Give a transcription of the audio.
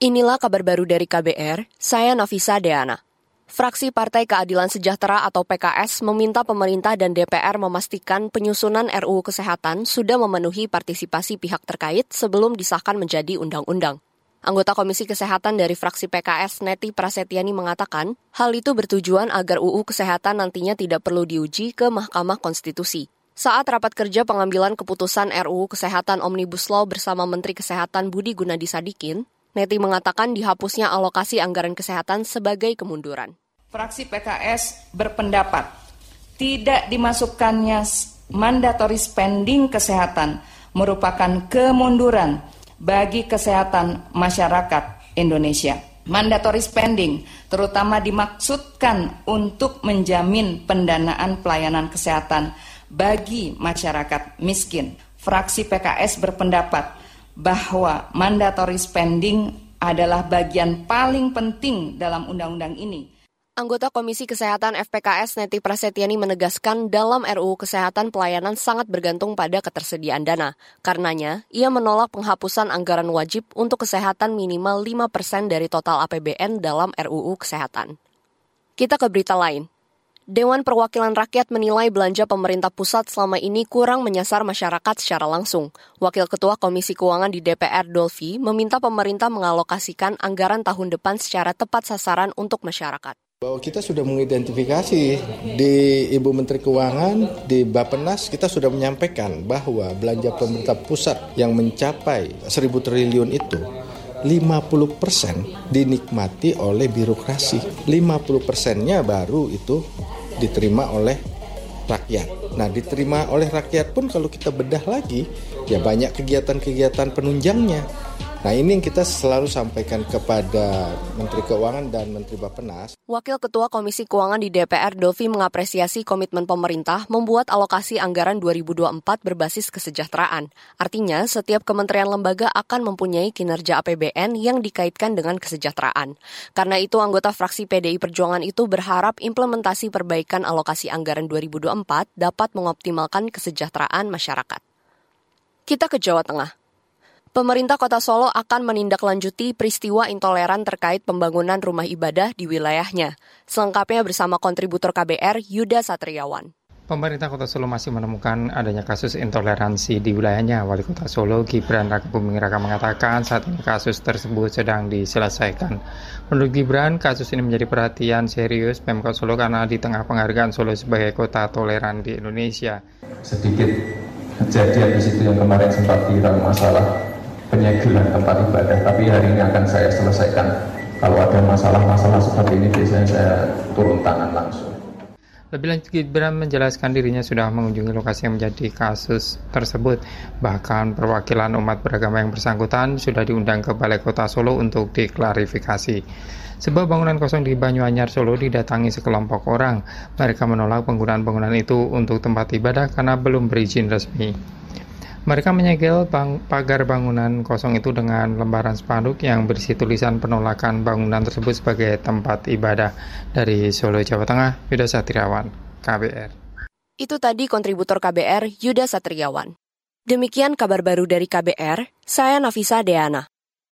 Inilah kabar baru dari KBR, saya Nafisa Deana. Fraksi Partai Keadilan Sejahtera atau PKS meminta pemerintah dan DPR memastikan penyusunan RUU Kesehatan sudah memenuhi partisipasi pihak terkait sebelum disahkan menjadi undang-undang. Anggota Komisi Kesehatan dari fraksi PKS, Neti Prasetyani mengatakan, hal itu bertujuan agar UU Kesehatan nantinya tidak perlu diuji ke Mahkamah Konstitusi. Saat rapat kerja pengambilan keputusan RUU Kesehatan Omnibus Law bersama Menteri Kesehatan Budi Gunadi Sadikin, Neti mengatakan dihapusnya alokasi anggaran kesehatan sebagai kemunduran. Fraksi PKS berpendapat tidak dimasukkannya mandatory spending kesehatan merupakan kemunduran bagi kesehatan masyarakat Indonesia. Mandatory spending terutama dimaksudkan untuk menjamin pendanaan pelayanan kesehatan bagi masyarakat miskin. Fraksi PKS berpendapat bahwa mandatory spending adalah bagian paling penting dalam undang-undang ini. Anggota Komisi Kesehatan FPKS Neti Prasetyani menegaskan dalam RUU Kesehatan pelayanan sangat bergantung pada ketersediaan dana. Karenanya, ia menolak penghapusan anggaran wajib untuk kesehatan minimal 5% dari total APBN dalam RUU Kesehatan. Kita ke berita lain. Dewan Perwakilan Rakyat menilai belanja pemerintah pusat selama ini kurang menyasar masyarakat secara langsung. Wakil Ketua Komisi Keuangan di DPR, Dolfi, meminta pemerintah mengalokasikan anggaran tahun depan secara tepat sasaran untuk masyarakat. Bahwa kita sudah mengidentifikasi di Ibu Menteri Keuangan, di Bappenas, kita sudah menyampaikan bahwa belanja pemerintah pusat yang mencapai 1.000 triliun itu 50% dinikmati oleh birokrasi. 50%-nya baru itu diterima oleh rakyat. Nah, diterima oleh rakyat pun kalau kita bedah lagi, ya banyak kegiatan-kegiatan penunjangnya. Nah, ini yang kita selalu sampaikan kepada Menteri Keuangan dan Menteri Bappenas. Wakil Ketua Komisi Keuangan di DPR, Dolfi, mengapresiasi komitmen pemerintah membuat alokasi anggaran 2024 berbasis kesejahteraan. Artinya, setiap kementerian lembaga akan mempunyai kinerja APBN yang dikaitkan dengan kesejahteraan. Karena itu, anggota fraksi PDI Perjuangan itu berharap implementasi perbaikan alokasi anggaran 2024 dapat mengoptimalkan kesejahteraan masyarakat. Kita ke Jawa Tengah. Pemerintah Kota Solo akan menindaklanjuti peristiwa intoleran terkait pembangunan rumah ibadah di wilayahnya. Selengkapnya bersama kontributor KBR, Yuda Satriawan. Pemerintah Kota Solo masih menemukan adanya kasus intoleransi di wilayahnya. Wali Kota Solo, Gibran Rakabuming Raka mengatakan saat ini kasus tersebut sedang diselesaikan. Menurut Gibran, kasus ini menjadi perhatian serius Pemkot Solo karena di tengah penghargaan Solo sebagai kota toleran di Indonesia. Sedikit kejadian di situ yang kemarin sempat viral masalah penyegelan tempat ibadah, tapi hari ini akan saya selesaikan. Kalau ada masalah-masalah seperti ini, biasanya saya turun tangan langsung. Lebih lanjut, Gibran menjelaskan dirinya sudah mengunjungi lokasi yang menjadi kasus tersebut. Bahkan perwakilan umat beragama yang bersangkutan sudah diundang ke Balai Kota Solo untuk diklarifikasi. Sebuah bangunan kosong di Banyuanyar, Solo didatangi sekelompok orang. Mereka menolak penggunaan bangunan itu untuk tempat ibadah karena belum berizin resmi. Mereka menyegel pagar bangunan kosong itu dengan lembaran spanduk yang berisi tulisan penolakan bangunan tersebut sebagai tempat ibadah. Dari Solo, Jawa Tengah, Yuda Satriawan, KBR. Itu tadi kontributor KBR, Yuda Satriawan. Demikian kabar baru dari KBR, saya Nafisa Deana.